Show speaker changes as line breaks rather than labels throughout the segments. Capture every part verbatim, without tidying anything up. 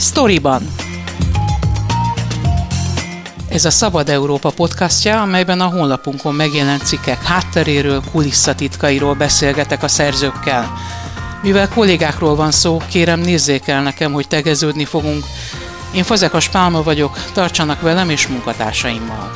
Sztoriban. Ez a Szabad Európa podcastja, amelyben a honlapunkon megjelent cikkek hátteréről, kulisszatitkairól beszélgetek a szerzőkkel. Mivel kollégákról van szó, kérem nézzék el nekem, hogy tegeződni fogunk. Én Fazekas Pálma vagyok, tartsanak velem és munkatársaimmal.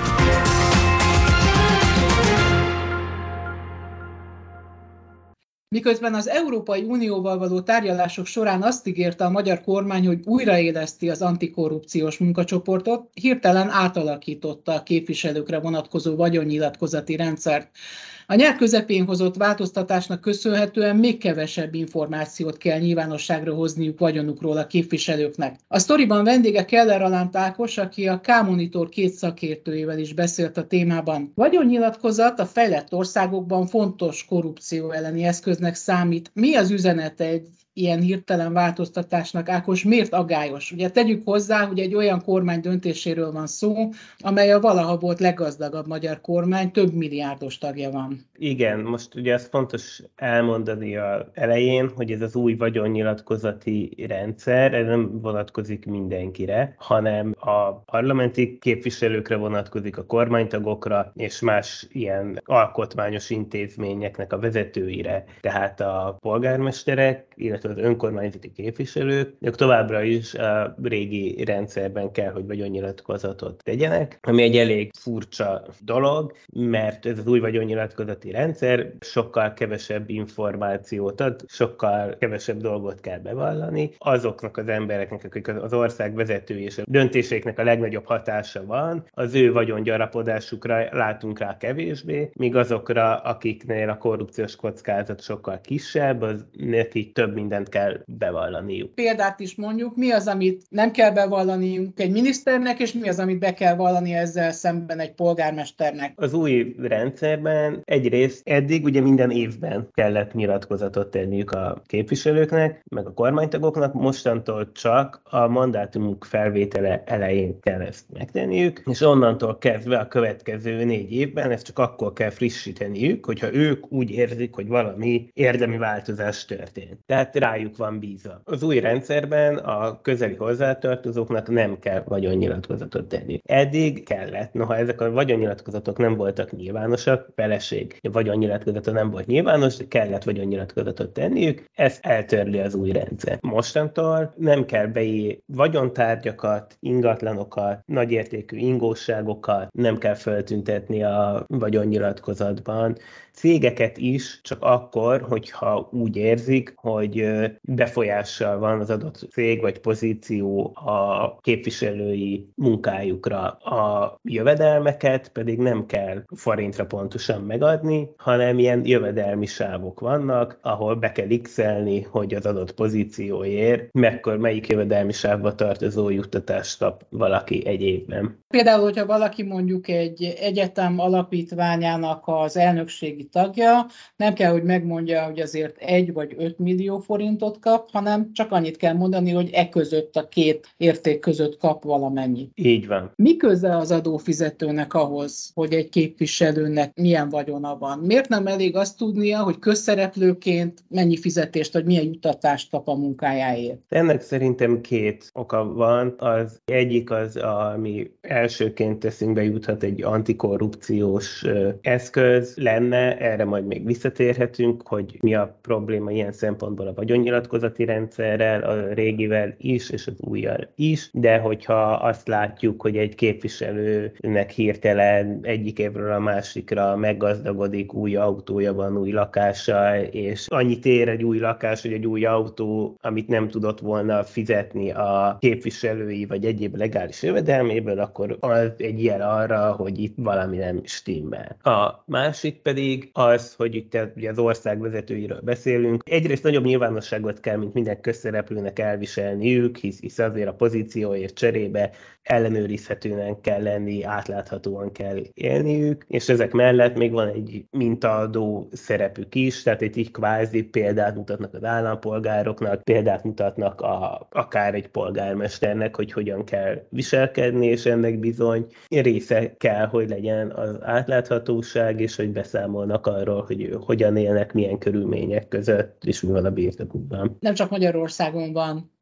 Miközben az Európai Unióval való tárgyalások során azt ígérte a magyar kormány, hogy újraéleszti az antikorrupciós munkacsoportot, hirtelen átalakította a képviselőkre vonatkozó vagyonnyilatkozati rendszert. A nyár közepén hozott változtatásnak köszönhetően még kevesebb információt kell nyilvánosságra hozniuk vagyonukról a képviselőknek. A sztoriban vendége Keller Alánt Ákos, aki a K-Monitor két szakértőjével is beszélt a témában. Vagyonnyilatkozat a fejlett országokban fontos korrupció elleni eszköznek számít. Mi az üzenete egy ilyen hirtelen változtatásnak, Ákos, miért aggályos? Ugye tegyük hozzá, hogy egy olyan kormány döntéséről van szó, amely a valaha volt leggazdagabb magyar kormány, több milliárdos tagja van.
Igen, most ugye ez fontos elmondani az elején, hogy ez az új vagyonnyilatkozati rendszer, ez nem vonatkozik mindenkire, hanem a parlamenti képviselőkre vonatkozik, a kormánytagokra és más ilyen alkotmányos intézményeknek a vezetőire, tehát a polgármesterek, illetve az önkormányzati képviselők, ők továbbra is a régi rendszerben kell, hogy vagyonnyilatkozatot tegyenek, ami egy elég furcsa dolog, mert ez az új vagyonnyilatkozati rendszer sokkal kevesebb információt ad, sokkal kevesebb dolgot kell bevallani. Azoknak az embereknek, akik az ország vezetői és a döntéseiknek a legnagyobb hatása van, az ő vagyongyarapodásukra látunk rá kevésbé, míg azokra, akiknél a korrupciós kockázat sokkal kisebb, az neki több mindent kell bevallaniuk.
Példát is mondjuk, mi az, amit nem kell bevallaniuk egy miniszternek, és mi az, amit be kell vallani ezzel szemben egy polgármesternek?
Az új rendszerben egyrészt eddig ugye minden évben kellett nyilatkozatot tenniük a képviselőknek, meg a kormánytagoknak, mostantól csak a mandátumuk felvétele elején kell ezt megtenniük, és onnantól kezdve a következő négy évben ezt csak akkor kell frissíteniük, hogyha ők úgy érzik, hogy valami érdemi változás történt. Tehát rájuk van bízva. Az új rendszerben a közeli hozzátartozóknak nem kell vagyonnyilatkozatot tenni. Eddig kellett, noha ezek a vagyonnyilatkozatok nem voltak nyilvánosak, feleség, a vagyonnyilatkozata nem volt nyilvános, de kellett vagyonnyilatkozatot tenniük, ezt eltörli az új rendszer. Mostantól nem kell beírni vagyontárgyakat, ingatlanokat, nagyértékű ingóságokat, nem kell feltüntetni a vagyonnyilatkozatban, cégeket is csak akkor, hogyha úgy érzik, hogy befolyással van az adott cég vagy pozíció a képviselői munkájukra. A jövedelmeket pedig nem kell forintra pontosan megadni, hanem ilyen jövedelmi sávok vannak, ahol be kell x-elni, hogy az adott pozícióért mekkor, melyik jövedelmi sávba tartozó juttatást kap valaki egy évben.
Például, hogyha valaki mondjuk egy egyetem alapítványának az elnökségi tagja, nem kell, hogy megmondja, hogy azért egy vagy öt millió forintot kap, hanem csak annyit kell mondani, hogy e között, a két érték között kap valamennyit.
Így van.
Mi köze az adófizetőnek ahhoz, hogy egy képviselőnek milyen vagyona van? Miért nem elég azt tudnia, hogy közszereplőként mennyi fizetést vagy milyen juttatást kap a munkájáért?
Ennek szerintem két oka van. Az egyik az, ami elsőként eszünkbe juthat, egy antikorrupciós eszköz lenne, erre majd még visszatérhetünk, hogy mi a probléma ilyen szempontból a vagyonnyilatkozati rendszerrel, a régivel is, és az újjal is, de hogyha azt látjuk, hogy egy képviselőnek hirtelen egyik évről a másikra meggazdagodik, új autója van, új lakása, és annyit ér egy új lakás, hogy egy új autó, amit nem tudott volna fizetni a képviselői vagy egyéb legális jövedelméből, akkor az egy jel arra, hogy itt valami nem stimmel. A másik pedig az, hogy itt ugye az ország vezetőiről beszélünk. Egyrészt nagyobb nyilvánosságot kell, mint minden közszereplőnek elviselniük, hisz, hisz azért a pozícióért cserébe ellenőrizhetően kell lenni, átláthatóan kell élniük, és ezek mellett még van egy mintaadó szerepük is, tehát egy így kvázi példát mutatnak az állampolgároknak, példát mutatnak a, akár egy polgármesternek, hogy hogyan kell viselkedni, és ennek bizony része kell, hogy legyen az átláthatóság, és hogy beszámolnak arról, hogy hogyan élnek, milyen körülmények között, és mi van a birtokukban.
Nem csak Magyarországon van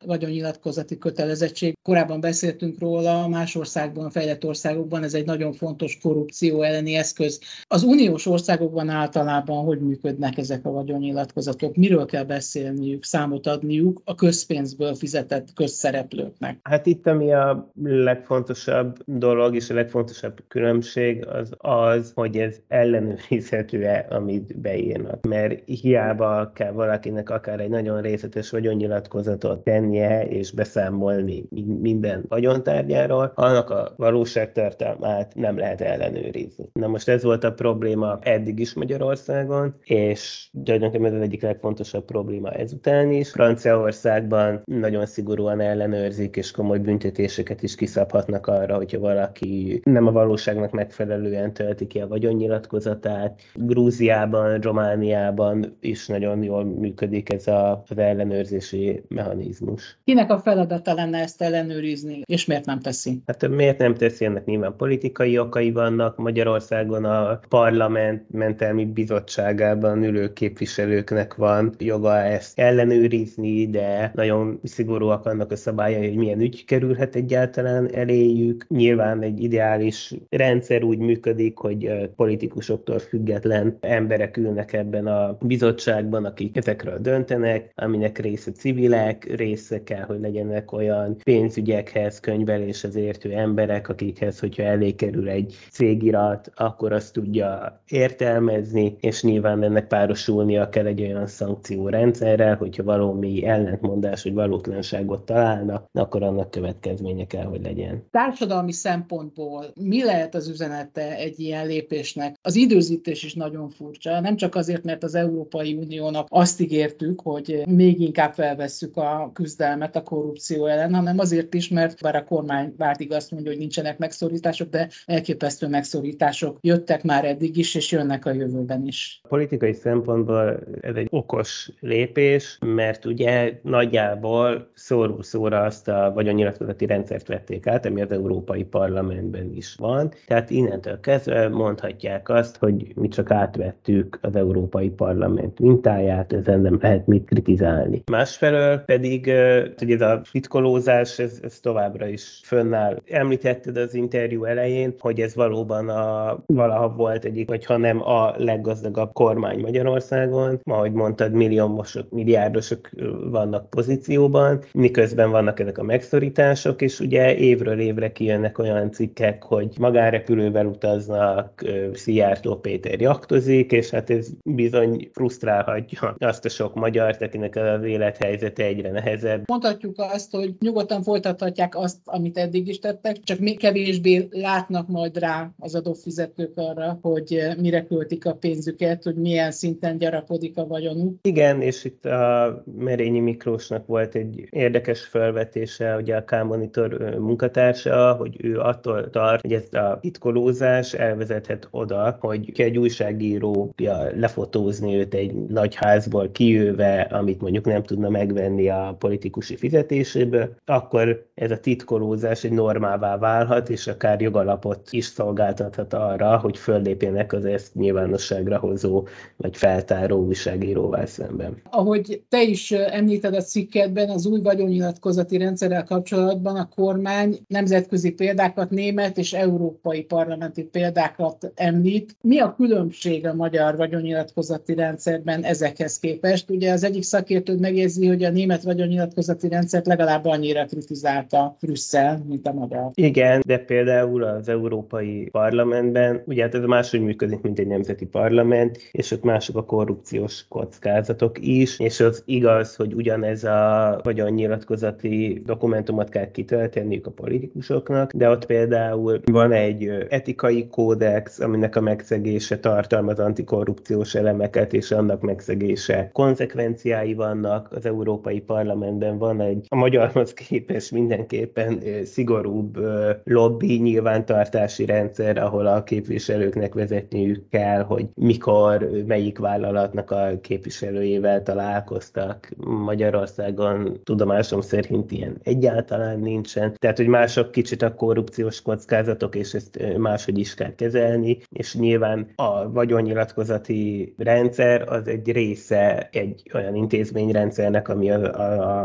vagyonnyilatkozati kötelezettség. Korábban beszéltünk róla, más országban, fejlett országokban ez egy nagyon fontos korrupció elleni eszköz. Az uniós országokban általában hogy működnek ezek a vagyonnyilatkozatok? Miről kell beszélniük, számot adniuk a közpénzből fizetett közszereplőknek?
Hát itt ami a legfontosabb dolog és a legfontosabb különbség az az, hogy ez ellenőrizhető-e, amit beírnak. Mert hiába kell valakinek akár egy nagyon részletes vagyonnyilatkozatot tennie és beszámolni minden vagyontárgyáról, annak a valóságtartalmát nem lehet ellenőrizni. Na most ez volt a probléma eddig is Magyarországon, és gyakorlatilag ez az egyik legfontosabb probléma ezután is. Franciaországban nagyon szigorúan ellenőrzik, és komoly büntetéseket is kiszabhatnak arra, hogyha valaki nem a valóságnak megfelelően tölti ki a vagyonnyilatkozatát. Grúziában, Romániában is nagyon jól működik ez a, az ellenőrzési mechanizmus.
Kinek a feladata lenne ezt ellenőrizni, és miért nem teszi?
Hát miért nem teszi? Ennek nyilván politikai okai vannak. Magyarországon a parlament mentelmi bizottságában ülő képviselőknek van joga ezt ellenőrizni, de nagyon szigorúak annak a szabályai, hogy milyen ügy kerülhet egyáltalán eléjük. Nyilván egy ideális rendszer úgy működik, hogy politikusoktól független emberek ülnek ebben a bizottságban, akik ezekről döntenek, aminek része civilek, része kell, hogy legyenek olyan pénzügyekhez, könyveléshez értő emberek, akikhez, hogyha elé kerül egy cégirat, akkor azt tudja értelmezni, és nyilván ennek párosulnia kell egy olyan szankciórendszerrel, hogyha valami ellentmondás vagy valótlanságot találnak, akkor annak következménye kell, hogy legyen.
Társadalmi szempontból mi lehet az üzenete egy ilyen lépésnek? Az időzítés is nagyon furcsa, nem csak azért, mert az Európai Uniónak azt ígértük, hogy még inkább felvesszük a küzdelmet a korrupció ellen, hanem azért is, mert bár a kormány vártig azt mondja, hogy nincsenek megszorítások, de elképesztő megszorítások jöttek már eddig is, és jönnek a jövőben is.
A politikai szempontból ez egy okos lépés, mert ugye nagyjából szóról szóra azt a vagyonnyilatkozati rendszert vették át, ami az Európai Parlamentben is van. Tehát innentől kezdve mondhatják azt, hogy mi csak átvettük az Európai Parlament mintáját, ezen nem lehet mit kritizálni. Másfelől pedig, hogy ez a titkolózás, ez, ez továbbra is fönnáll. Említetted az interjú elején, hogy ez valóban a, valaha volt egyik, vagy ha nem a leggazdagabb kormány Magyarországon. Ahogy mondtad, milliómosok, milliárdosok vannak pozícióban, miközben vannak ezek a megszorítások, és ugye évről évre kijönnek olyan cikkek, hogy magánrepülővel utaznak, Szijjártó Péter jaktozik, és hát ez bizony frusztrálhatja azt a sok magyart, akinek az élethelyzete egyre nehezebb.
Mondhatjuk azt, hogy nyugodtan folytathatják azt, amit eddig is tettek, csak még kevésbé látnak majd rá az adófizetők arra, hogy mire költik a pénzüket, hogy milyen szinten gyarapodik a vagyonuk.
Igen, és itt a Merényi Miklósnak volt egy érdekes felvetése, ugye a K-Monitor munkatársa, hogy ő attól tart, hogy ez a titkolózás elvezethet oda, hogy egy újságíró lefotózni őt egy nagy házból kijöve, amit mondjuk nem tudna megvenni a politikusi fizetéséből, akkor ez a titkolózás egy normává válhat, és akár jogalapot is szolgáltathat arra, hogy föllépjenek az ezt nyilvánosságra hozó vagy feltáró újságíróval szemben.
Ahogy te is említed a cikkedben, az új vagyonnyilatkozati rendszerrel kapcsolatban a kormány nemzetközi példákat, német és európai parlamenti példákat említ. Mi a különbség a magyar vagyonnyilatkozati rendszerben ezekhez képest? Ugye az egyik szakértő megjegyzi, hogy a német vagyonnyilatkozati rendszert legalább annyira kritizálta Brüsszel, mint a magyar.
Igen, de például az Európai Parlamentben, ugye hát ez máshogy működik, mint egy nemzeti parlament, és ott mások a korrupciós kockázatok is, és az igaz, hogy ugyanez a vagyonnyilatkozati dokumentumot kell kitölteniük a politikusoknak, de ott például van egy etikai kódex, aminek a megszegése tartalmaz antikorrupciós elemeket, és annak megszegése konzekvenciái vannak. Az Európai Parlamentben van egy a magyarhoz képest mindenképpen szigorúbb lobby nyilvántartási rendszer, ahol a képviselőknek vezetniük kell, hogy mikor, melyik vállalatnak a képviselőjével találkoztak. Magyarországon tudomásom szerint ilyen egyáltalán nincsen. Tehát, hogy mások kicsit a korrupciós kockázatok, és ezt máshogy is kell kezelni, és nyilván a vagyonnyilatkozati rendszer az egy része egy olyan intézményrendszernek, ami a, a,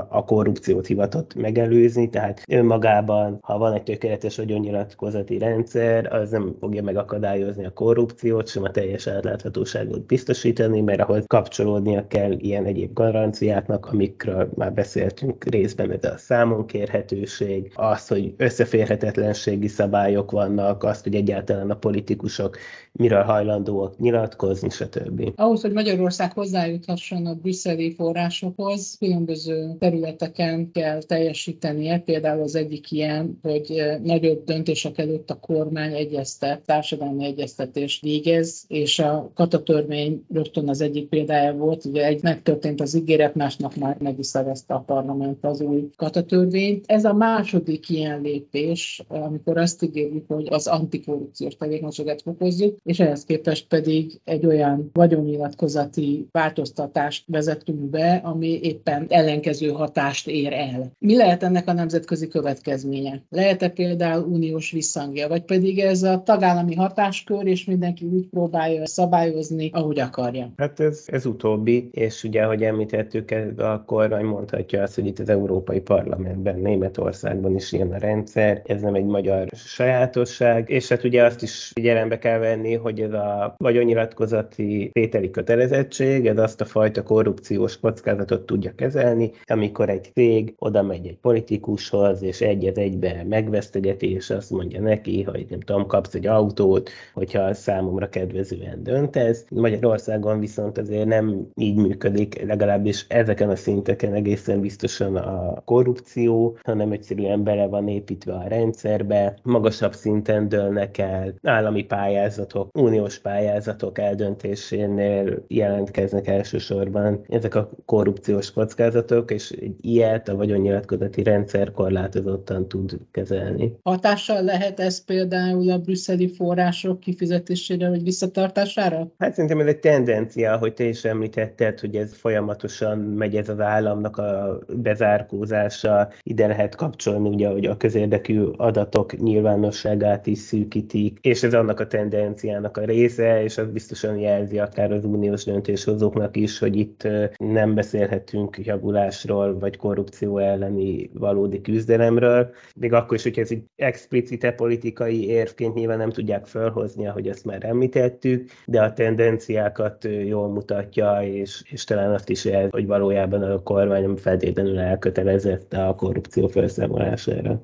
a, a korrupciót hivatott megelőzni, tehát önmagában, ha van egy tökéletes vagyonnyilatkozati rendszer, az nem fogja megakadályozni a korrupciót, sem a teljes átláthatóságot biztosítani, mert ahhoz kapcsolódnia kell ilyen egyéb garanciáknak, amikről már beszéltünk részben, ez a számonkérhetőség, az, hogy összeférhetetlenségi szabályok vannak, azt, hogy egyáltalán a politikusok miről hajlandóak nyilatkozni, stb.
Ahhoz, hogy Magyarország hozzájuthasson a brüsszeli forrásokhoz, különböző területeken kell teljesítenie, például az egyik ilyen, hogy nagyobb döntések előtt a kormány egyeztet, társadalmi egyeztetést végez, és a katatörvény rögtön az egyik példája volt, ugye egy megtörtént az ígéret, másnap már meg is szavazta a parlament az új katatörvényt. Ez a második ilyen lépés, amikor azt ígérjük, hogy az antikorrupciós tevékenységet fokozzuk, és ehhez képest pedig egy olyan vagyonnyilatkozati változtatást vezetünk be, ami éppen ellenkező hatást ér el. Mi lehet ennek a nemzetközi következménye? Lehet-e például uniós visszhangja, vagy pedig ez a tagállami hatáskör, és mindenki úgy próbálja szabályozni, ahogy akarja?
Hát ez, ez utóbbi, és ugye, ahogy említettük, a kormány mondhatja azt, hogy itt az Európai Parlamentben, Németországban is ilyen a rendszer, ez nem egy magyar sajátosság, és hát ugye azt is figyelembe kell venni, hogy ez a vagyonnyilatkozati tételi kötelezettség, ez azt a fajta korrupciós kockázatot tudja kezelni, amikor egy cég oda megy egy politikushoz, és egyet egybe megvesztegeti, és azt mondja neki, hogy nem tudom, kapsz egy autót, hogyha számomra kedvezően döntesz. Magyarországon viszont azért nem így működik, legalábbis ezeken a szinteken egészen biztosan a korrupció, hanem egyszerűen bele van építve a rendszerbe, magasabb szinten dőlnek el, állami pályázatok, uniós pályázatok eldöntésénél jelentkeznek elsősorban ezek a korrupciós kockázatok, és egy ilyet a vagyonnyilatkozati rendszer korlátozottan tud kezelni.
Hatással lehet ez például a brüsszeli források kifizetésére vagy visszatartására?
Hát szerintem ez egy tendencia, hogy te is említetted, hogy ez folyamatosan megy ez az államnak a bezárkózása, ide lehet kapcsolni ugye, hogy a közérdekű adatok nyilvánosságát is szűkítik, és ez annak a tendenciának a része, és az biztosan jelzi akár az uniós döntéshozóknak is, hogy itt nem beszélhetünk javulásról, vagy korrupció elleni valódi küzdelemről. Még akkor is, hogyha ez egy explicite politikai érvként nyilván nem tudják felhozni, ahogy ezt már említettük, de a tendenciákat jól mutatja, és, és talán azt is jelzi, hogy valójában a kormány feltétlenül elkötelezett a korrupció felszámolására.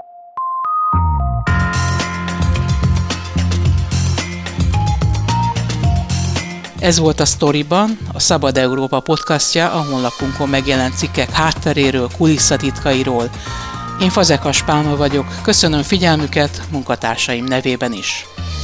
Ez volt a Sztoriban, a Szabad Európa podcastja, a honlapunkon megjelent cikkek hátteréről, kulisszatitkairól. Én Fazekas Pálma vagyok, köszönöm figyelmüket munkatársaim nevében is.